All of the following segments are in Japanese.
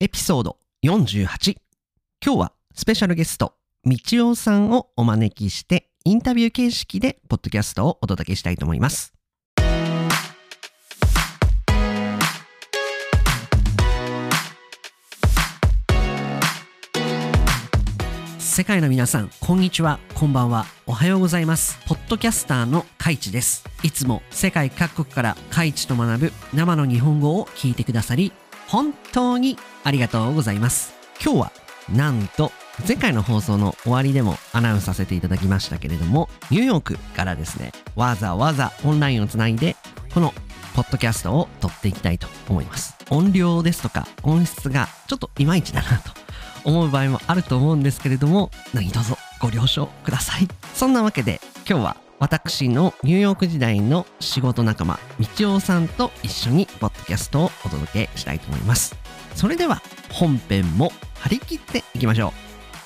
エピソード48。今日はスペシャルゲスト、みちおさんをお招きしてインタビュー形式でポッドキャストをお届けしたいと思います。世界の皆さん、こんにちは、こんばんは、おはようございます。ポッドキャスターのカイチです。いつも世界各国からカイチと学ぶ生の日本語を聞いてくださり、本当にありがとうございます。今日はなんと前回の放送の終わりでもアナウンスさせていただきましたけれども、ニューヨークからですね、わざわざオンラインをつないでこのポッドキャストを撮っていきたいと思います。音量ですとか音質がちょっといまいちだなと思う場合もあると思うんですけれども、何卒ご了承ください。そんなわけで今日は私のニューヨーク時代の仕事仲間、みちおさんと一緒にポッドキャストをお届けしたいと思います。それでは本編も張り切っていきましょう。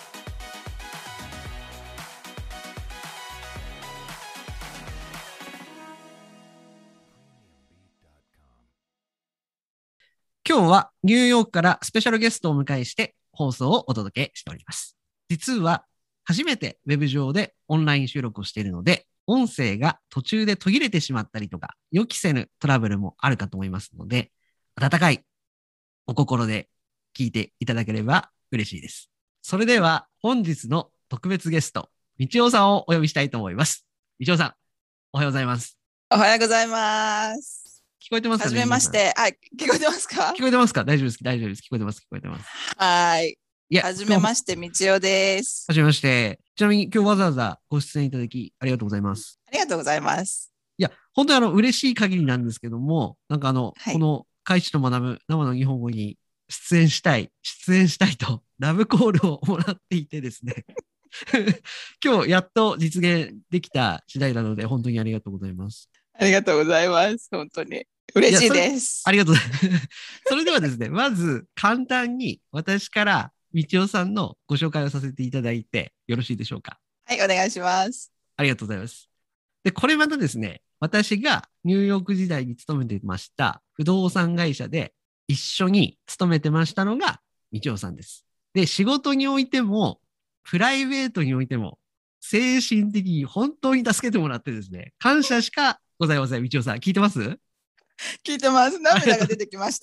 今日はニューヨークからスペシャルゲストをお迎えして放送をお届けしております。実は初めてウェブ上でオンライン収録をしているので、音声が途中で途切れてしまったりとか、予期せぬトラブルもあるかと思いますので、温かいお心で聞いていただければ嬉しいです。それでは本日の特別ゲスト、みちおさんをお呼びしたいと思います。みちおさん、おはようございます。 おはようございます。 聞こえてますか？ はじめまして。はい、聞こえてますか？ 聞こえてますか？大丈夫です。大丈夫です。聞こえてます。聞こえてます。 はい。 いや、 はじめまして、みちおです。 はじめまして。ちなみに今日わざわざご出演いただきありがとうございます。 ありがとうございます。 いや、本当に嬉しい限りなんですけども、なんかはい、 このカイチと学ぶ生の日本語に出演したいとラブコールをもらっていてですね。今日やっと実現できた次第なので、本当にありがとうございます。 ありがとうございます。本当に嬉しいです。 ありがとうございます。それではですね、まず簡単に私からみちおさんのご紹介をさせていただいてよろしいでしょうか？ はい、お願いします。 ありがとうございます。で、これまたですね、私がニューヨーク時代に勤めていました不動産会社で一緒に勤めてましたのがみちおさんです。で、仕事においても、プライベートにおいても、精神的に本当に助けてもらってですね、感謝しかございません。みちおさん、聞いてます？ 聞いてます。涙が出てきました。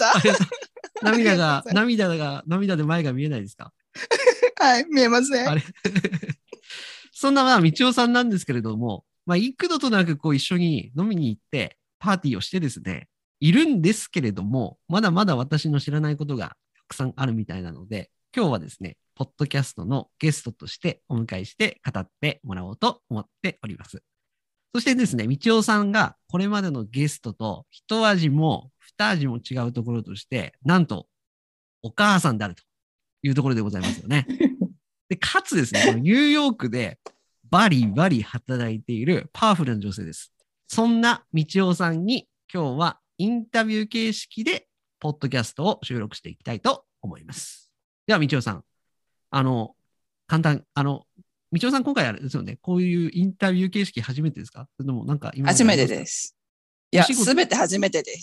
涙で前が見えないですか？ はい、見えません。 あれそんなみちおさんなんですけれども、幾度となく一緒に飲みに行ってパーティーをしてですね、いるんですけれども、まだまだ私の知らないことがたくさんあるみたいなので、今日はですね、ポッドキャストのゲストとしてお迎えして語ってもらおうと思っております。そしてですね、みちおさんがこれまでのゲストと一味も二味も違うところとして、なんとお母さんであるというところでございますよね。で、かつですね、ニューヨークでバリバリ働いているパワフルな女性です。そんなみちおさんに今日はインタビュー形式でポッドキャストを収録していきたいと思います。では、みちおさん、簡単、みちおさん今回あれですよね、こういうインタビュー形式初めてですか？それともなんか今まで初めてです。いや、すべて初めてです。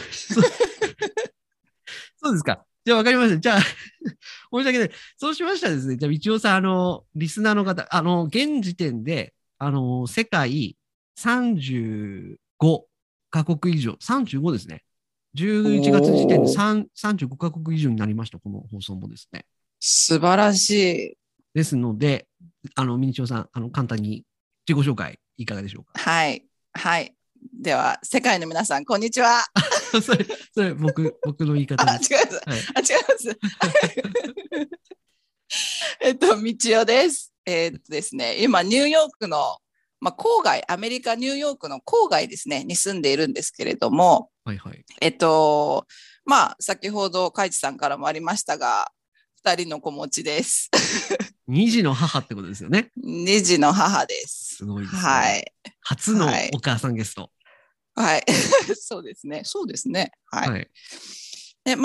そうですか。じゃあ分かりました。じゃあ、申し訳ない。そうしましたらですね、じゃあ、道夫さん、リスナーの方、現時点で、世界35カ国以上、35ですね。11月時点で35カ国以上になりました、この放送もですね。 素晴らしい。 ですので、みちおさん、簡単に自己紹介いかがでしょうか？ はい。はい。では、世界の皆さん、こんにちは。 それ僕の言い方です。 違います。はい、違います。みちおです。ですね、今、ニューヨークの、郊外、アメリカ、ニューヨークの郊外ですね、に住んでいるんですけれども、 はいはい。 先ほど、カイチさんからもありましたが、2人の子持ちです。 2児の母ってことですよね。 2児の母です。 すごいですね。 はい。 初のお母さんゲスト。 はい。そうですね。そうですね。はい。 はい、 で、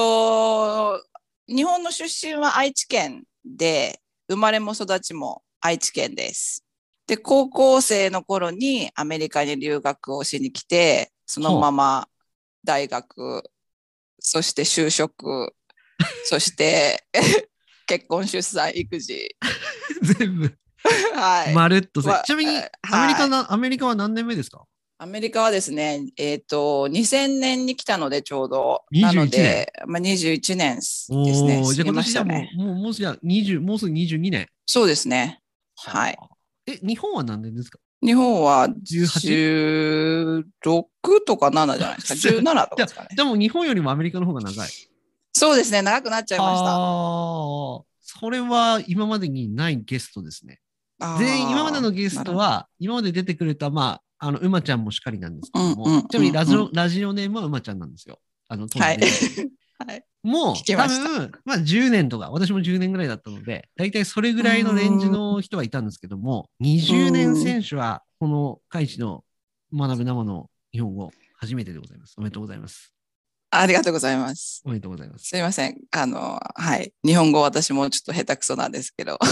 日本の出身は愛知県で、生まれも育ちも愛知県です。で、高校生の頃にアメリカに留学をしに来て、そのまま大学、そして就職、 そして結婚、出産、育児。 全部、 はい。 まるっとわちなみに、 はいアメリカは何年目ですか？ アメリカはですね、2000年に来たのでちょうど。な 21 の年。 で、21年ですね。 おー、じゃあ今過ぎま年じゃもしたね。 もうじゃあ20、もうすぐ22年。 そうですね。はい。 はあ。日本は何年ですか？ 日本は 18？ 16とか7じゃないですか。17とじゃあ、 かですかね。 じゃあもう日本よりもアメリカの方が長い。 そうですね。長くなっちゃいました。 はあ、それは今までにないゲストですね。今までああ、 のゲスなるほど。 トは、今まで出てくれた、馬ちゃんもしかりなんですけうんども、 うんちなみにうんうん。 ラジオネームは馬ちゃんなんですよ。当はい。 時出てた。 はい。聞もう、 きました。 多分、10年とか、私も10年ぐらいだったので、大体それぐうーらいのレンジん。うの人はいたんですけども、20年ーん。 選手は、このカイチの学ぶ生の日本語、初めてでございます。おめでとうございます。 ありがとうございます。 おめでとうございます。 すいません。はい。日本語私もちょっと下手くそなんですけど。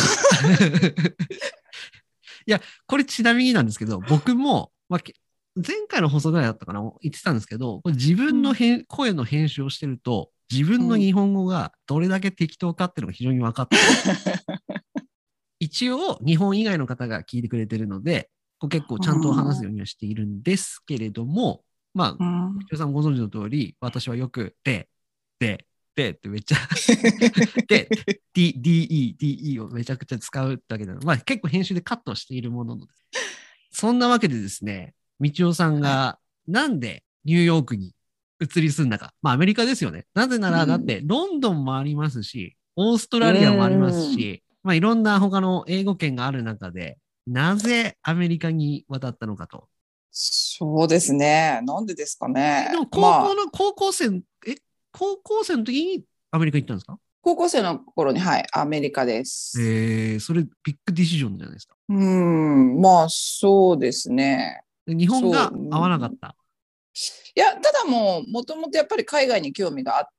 いや、これちなみになんですけど、僕も、前回の放送ぐらいだったかな、言ってたんですけど、これ自分の声の編集をしてると、自分の日本語がどれだけ適当かっていうのが非常に分かって、一応日本以外の方が聞いてくれてるので、こう結構ちゃんと話すようにはしているんですけれども、みちおさんご存知の通り、私はよく、ってめっちゃで、DE をめちゃくちゃ使うだけなの。結構編集でカットしているもののです。そんなわけでですね、みちおさんはい。 がなんでニューヨークに移り住んだか。アメリカですよね。なぜなら、だってロンドンもありますし、オーストうラリアもありますん。 し、いろんな他の英語圏がある中で、なぜアメリカに渡ったのかと。 そうですね。なんでですかね。 でもまあ、 高校生の時にアメリカ行ったんですか？ 高校生の頃に、はい、アメリカです。 それビッグディシジョンじゃないですか。 まあ、そうですね。 で日本そう。 が合わなかった。 いや、ただもともとやっぱり海外に興味があって、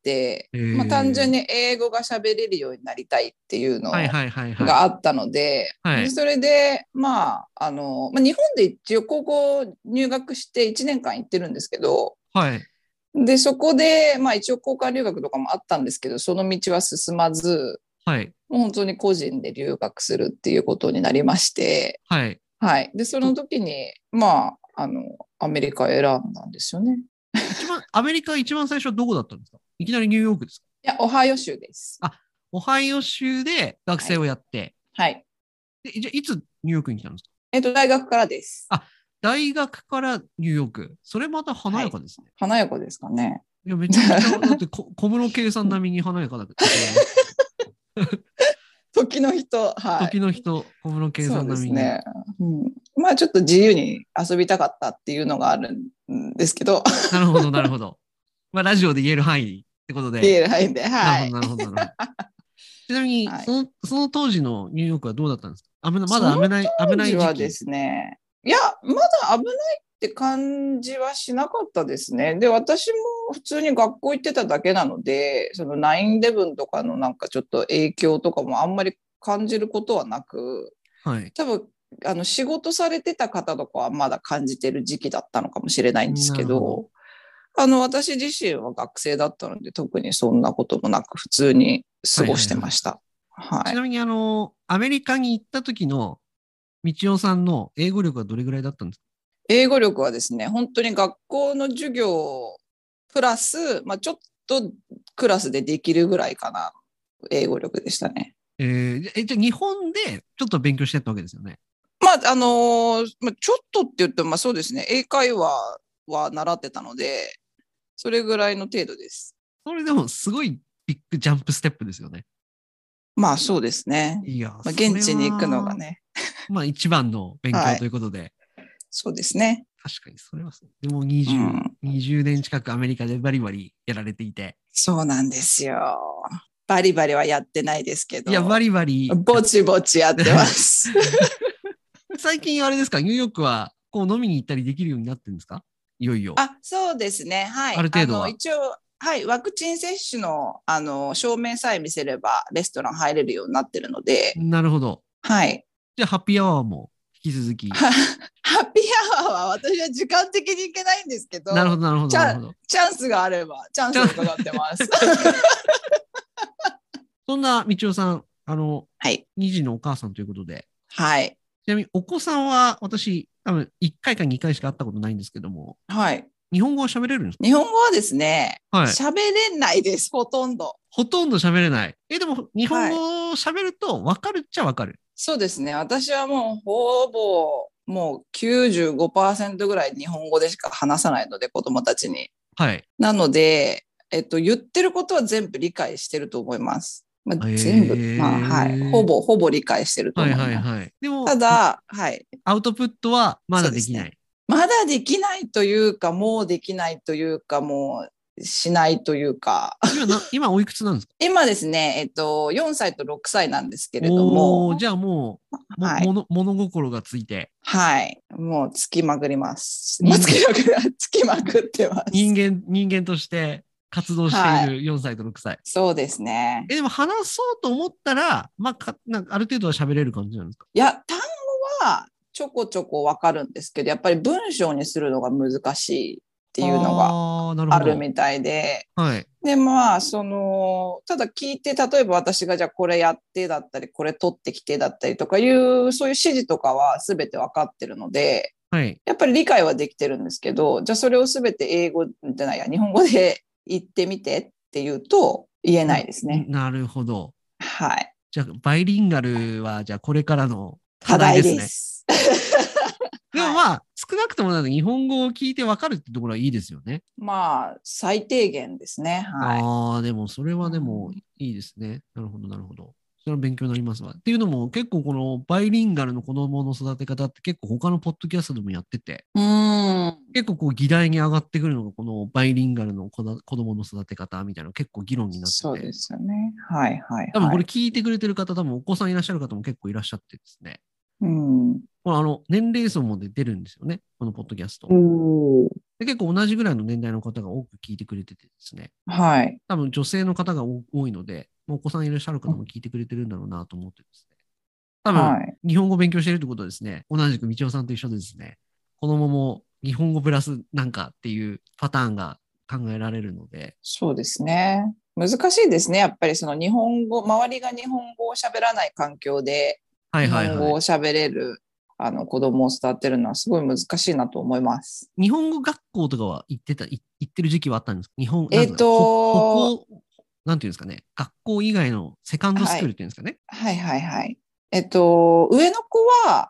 単純に英語が喋れるようになりたいっていうのはいはいはいはい。 があったので、 はい。 それで、日本で一応高校入学して1年間行ってるんですけど、 はい。 で、そこで、一応交換留学とかもあったんですけど、その道は進まず、 はい。 もう本当に個人で留学するっていうことになりまして、 はい。 はい。で、その時に、アメリカを選んだんですよね。 アメリカ一番最初はどこだったんですか？いきなりニューヨークですか？ いや、オハイオ州です。 あ、オハイオ州で学生をはい。 やって、 はい。 じゃあいつニューヨークに来たんですか？ 大学からです。 あ、大学からニューヨーク。それまた華はい。 やかですね。 華やかですかね。 いや、めちゃくちゃ、だって小室圭さん並みに華やかだと思います。 時の人、はい。 時の人、小室圭さそうん並みに。 ですね。ちょっと自由に遊びたかったっていうのがあるんですけど、 なるほど、なるほど。ラジオで言える範囲ってことで。 言える範囲で、 なるほど、 はい。 なるほど、なるほど。ちなみに、 はい。 その当時のニューヨークはどうだったんですか？まそのだ危当ない時期。 時はですね、いや、まだ危ないって感じはしなかったですね。で、私も普通に学校行ってただけなので、その9-11とかのなんかちょっと影響とかもあんまり感じることはなく、 はい。 多分、仕事されてた方とかはまだ感じてる時期だったのかもしれないんですなるほど。 けど、私自身は学生だったので、特にそんなこともなく普通に過はいごはいはい。 してました。はい。 ちなみに、アメリカに行った時の道夫さんの英語力はどれぐらいだったんですか？ 英語力はですね、本当に学校の授業プラス、ちょっとクラスでできるぐらいかな、英語力でしたね。 じゃあ日本でちょっと勉強してたわけですよね。 ちょっとって言っても、そうですね、英会話は習ってたので、それぐらいの程度です。 それでもすごいビッグジャンプステップですよね。 そうですね。 いや、それ現地に行くのがは、 ね。 一番の勉強というはい。 ことで、 そうですね。 確かにそれはそう。でもうん。 20年近くアメリカでバリバリやられていて。 そうなんですよ。バリバリはやってないですけいや、バど、 リバリぼちぼちやってます。 最近あれですか、ニューヨークはこう飲みに行ったりできるようになってるんですか？いよいよ。 そうですね。はあい。 る程度は。 一応、はい、ワクチン接種の、証明さえ見せれば、レストラン入れるようになってるので、 なるほど。 はい。 じゃあ、ハッピーアワーも引き続き。 ハッピーアワーは私は時間的に行けないんですけど、 なるほど、なるほど、なるほど。 チャンスがあれば、チャンじゃあ、 スを伺ってます。 そんな道夫さん、 はい。 2児のお母さんということで、 はい。 ちなみにお子さんは私、多分1回か2回しか会ったことないんですけども、 はい。 日本語は喋れるんです日本語はですね、 か？はい。 喋れないです、ほとんど。 ほとんど喋れない。でも、日本はい。 語を喋ると分かるっちゃ分かる。 そうですね。私はもうほぼもう95%ぐらい日本語でしか話さないので、子供たちに。 はい。 なので、言ってることは全部理解してると思います。まあ、全部、まあ、はい。ほえぼ、ほぼ理解してるとはい思います。 はいはい。でも、 ただ、はい。 アウトプットはまそうですね。 だできない。 まだできないというか、もうできないというか、もうしないというか。 今おいくつなんですか？ 今ですね、4歳と6歳なんですけれども、 おー、じゃあもう、 はい。 物心がついて、 はい。もうつきまくります。まあ、 人間、 つきまくってます。 人間として活動していはい。 る4歳と6歳。 そうですね。 でも話そうと思ったら、まあ、なんかある程度は喋れる感じなんですか？ いや、単語はちょこちょこわかるんですけど、やっぱり文章にするのが難しいっていうのがあー、なるほど。 あるみたいで、 はい。 で、まあ、ただ聞いて、例えば私がじゃあこれやってだったり、これ取ってきてだったりとかいう、そういう指示とかは全て分かってるので、 はい。 やっぱり理解はできてるんですけど、じゃあそれを全て英語じゃないや、日本語で言ってみてっていうと言えないですね。 なるほど。 はい。 じゃあ、バイリンガルは、じゃあ、これからの課課題題ですね。 です。 でもはい。 まあ、少なくともなんか日本語を聞いてわかるってところはいいですよね。 まあ、最低限ですね。はい。 ああ、でもそれはでもうんいいですね。なるほど、なるほど。それは勉強になりますわ。っていうのも結構このバイリンガルの子供の育て方って結構他のポッドキャストでもやってて、 うーん。 結構こう議題に上がってくるのがこのバイリンガルの子供の育て方みたいなの結構議論になってそうでて、 すよね。はいはい多分これはい。 聞いてくれてる方、多分お子さんいらっしゃる方も結構いらっしゃってですね。 うん。 これ年齢層も出るんですよね。このポッドキャスト。 おー。 で結構同じぐらいの年代の方が多く聞いてくれててですね。 はい。 多分女性の方が多いので、お子さんいらっしゃる方も聞いてくれてるんだろうなと思ってですね。多分、 はい。 日本語を勉強しているってことはですね、同じく道夫さんと一緒でですね、子供も日本語プラスなんかっていうパターンが考えられるので、 そうですね。難しいですね。やっぱりその日本語、周りが日本語を喋らない環境ではい日はいはい。 本語を喋れる子供を育てるのはすごい難しいなと思います。 日本語学校とかは行ってる時期はあったんですか？なんえっ、 ですか、 と、 なんていうんですかね、学校以外のセカンドスクールっはい。 ていうんですかね。 はいはいはい。上の子は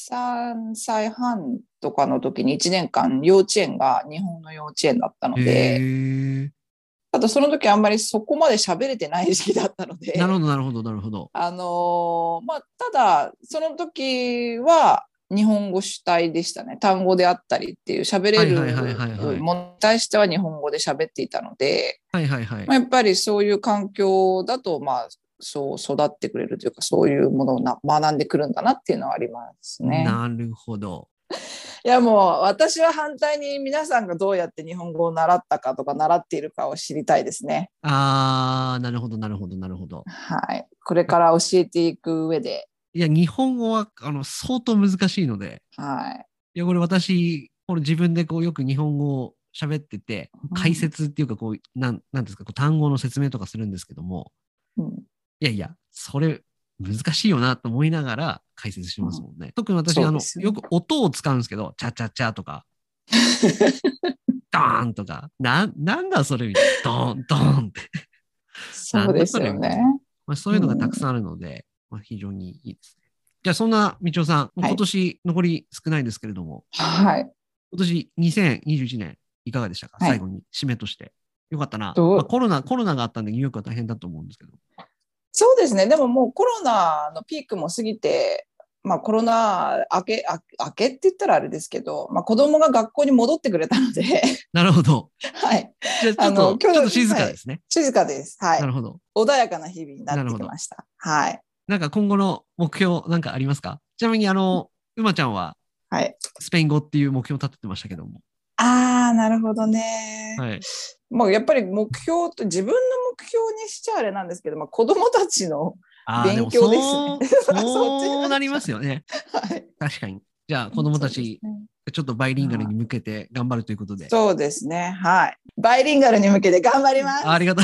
3歳半とかの時に1年間幼稚園が日本の幼稚園だったへので、 え。 ただその時あんまりそこまで喋れてない時期だったので、 なるほど、なるほど、なるほど。 まあ、ただ、その時は日本語主体でしたね。単語であったりっていう喋れはいはいはいるはいはい。 ものに対しては日本語で喋っていたので、 はいはいはい。 まあ、やっぱりそういう環境だと、まあ、そう育ってくれるというか、そういうものを学んでくるんだなっていうのはありますね。 なるほど。 いやもう私は反対に皆さんがどうやって日本語を習ったかとか習っているかを知りたいですね。 あー、なるほど、なるほど、なるほど。 はい。これから教えていく上で、 いや、日本語は、相当難しいので、 はい。 いや、これ自分でこう、よく日本語を喋ってて、解うん、 説っていうか、こう、なんですか、こう単語の説明とかするんですけども、 うん、 いやいや、それ、難しいよなと思いながら解説しうん。 ますもんね。特に私、 そうですよね。 よく音を使うんですけど、チャチャチャとか、ドーンとか、なんだそれみたいな。ドーン、ドーンって。なんだそうですそれみたいな。 よね。 まあ、そういうのがたうん。 くさんあるので、まあ、非常にいいですね。じゃあ、そんな道夫さん、もう今はい。 年残り少ないですけれども、 はい。 今年2021年いかがでしたか？ はい。 最後に締めとして。よかったな。まあ、 どうコロナがあったんでニューヨークは大変だと思うんですけど。 そうですね。でももうコロナのピークも過ぎて、まあコロナ明けって言ったらあれですけど、まあ子供が学校に戻ってくれたので、 なるほど。 はい。 じゃあ、ちょっと静はい。 かですね。 静かです。はい。 なるほど。 穏やかな日々になってなるほど。 きました。はい。 なんか今後の目標なんかありますか？ちなみに馬ちゃんははい。 スペイン語っていう目標を立ててましたけども。 ああ、なるほどね。 はい。 もうやっぱり目標と自分の目標にしちゃあれなんですけど、まあ、子供たちのああ、で勉も強ですね。そっちにそうなりなっちゃう。 ますよね。 はい。 確かに。じゃあ、子供たち、 そうですね。 ちょっとバイリンガルにはい。 向けて頑張るということで。 そうですね。はい。バイリンガルに向けて頑張ります。 ありがとう。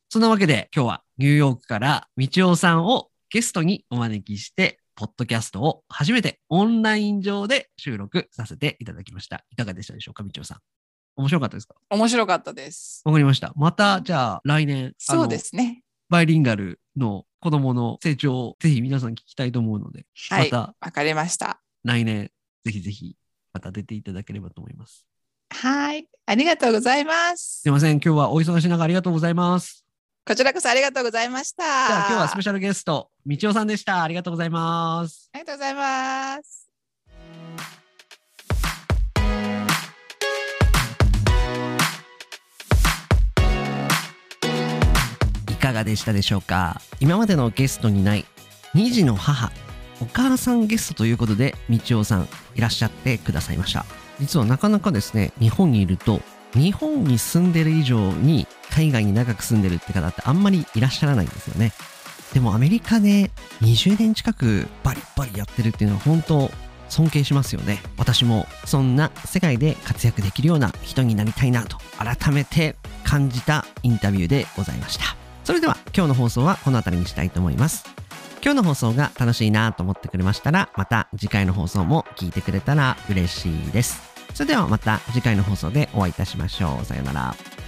そんなわけで今日はニューヨークからみちおさんをゲストにお招きして、ポッドキャストを初めてオンライン上で収録させていただきました。いかがでしたでしょうか、みちおさん。面白かったですか？ 面白かったです。 わかりました。また、じゃあ来年、 そうですね。 バイリンガルの子供の成長をぜひ皆さん聞きたいと思うので、 はい、 また、 わかりました。 来年、ぜひぜひ、また出ていただければと思います。 はい、ありがとうございます。 すいません、今日はお忙しい中ありがとうございます。 こちらこそありがとうございました。 じゃあ今日はスペシャルゲスト、みちおさんでした。ありがとうございます。 ありがとうございます。 いかがでしたでしょうか？今までのゲストにない2児の母、お母さんゲストということで、みちおさんいらっしゃってくださいました。実はなかなかですね、日本にいると、日本に住んでる以上に海外に長く住んでるって方ってあんまりいらっしゃらないんですよね。でもアメリカで20年近くバリバリやってるっていうのは本当尊敬しますよね。私もそんな世界で活躍できるような人になりたいなと改めて感じたインタビューでございました。それでは今日の放送はこの辺りにしたいと思います。今日の放送が楽しいなと思ってくれましたら、また次回の放送も聞いてくれたら嬉しいです。それではまた次回の放送でお会いいたしましょう。さようなら。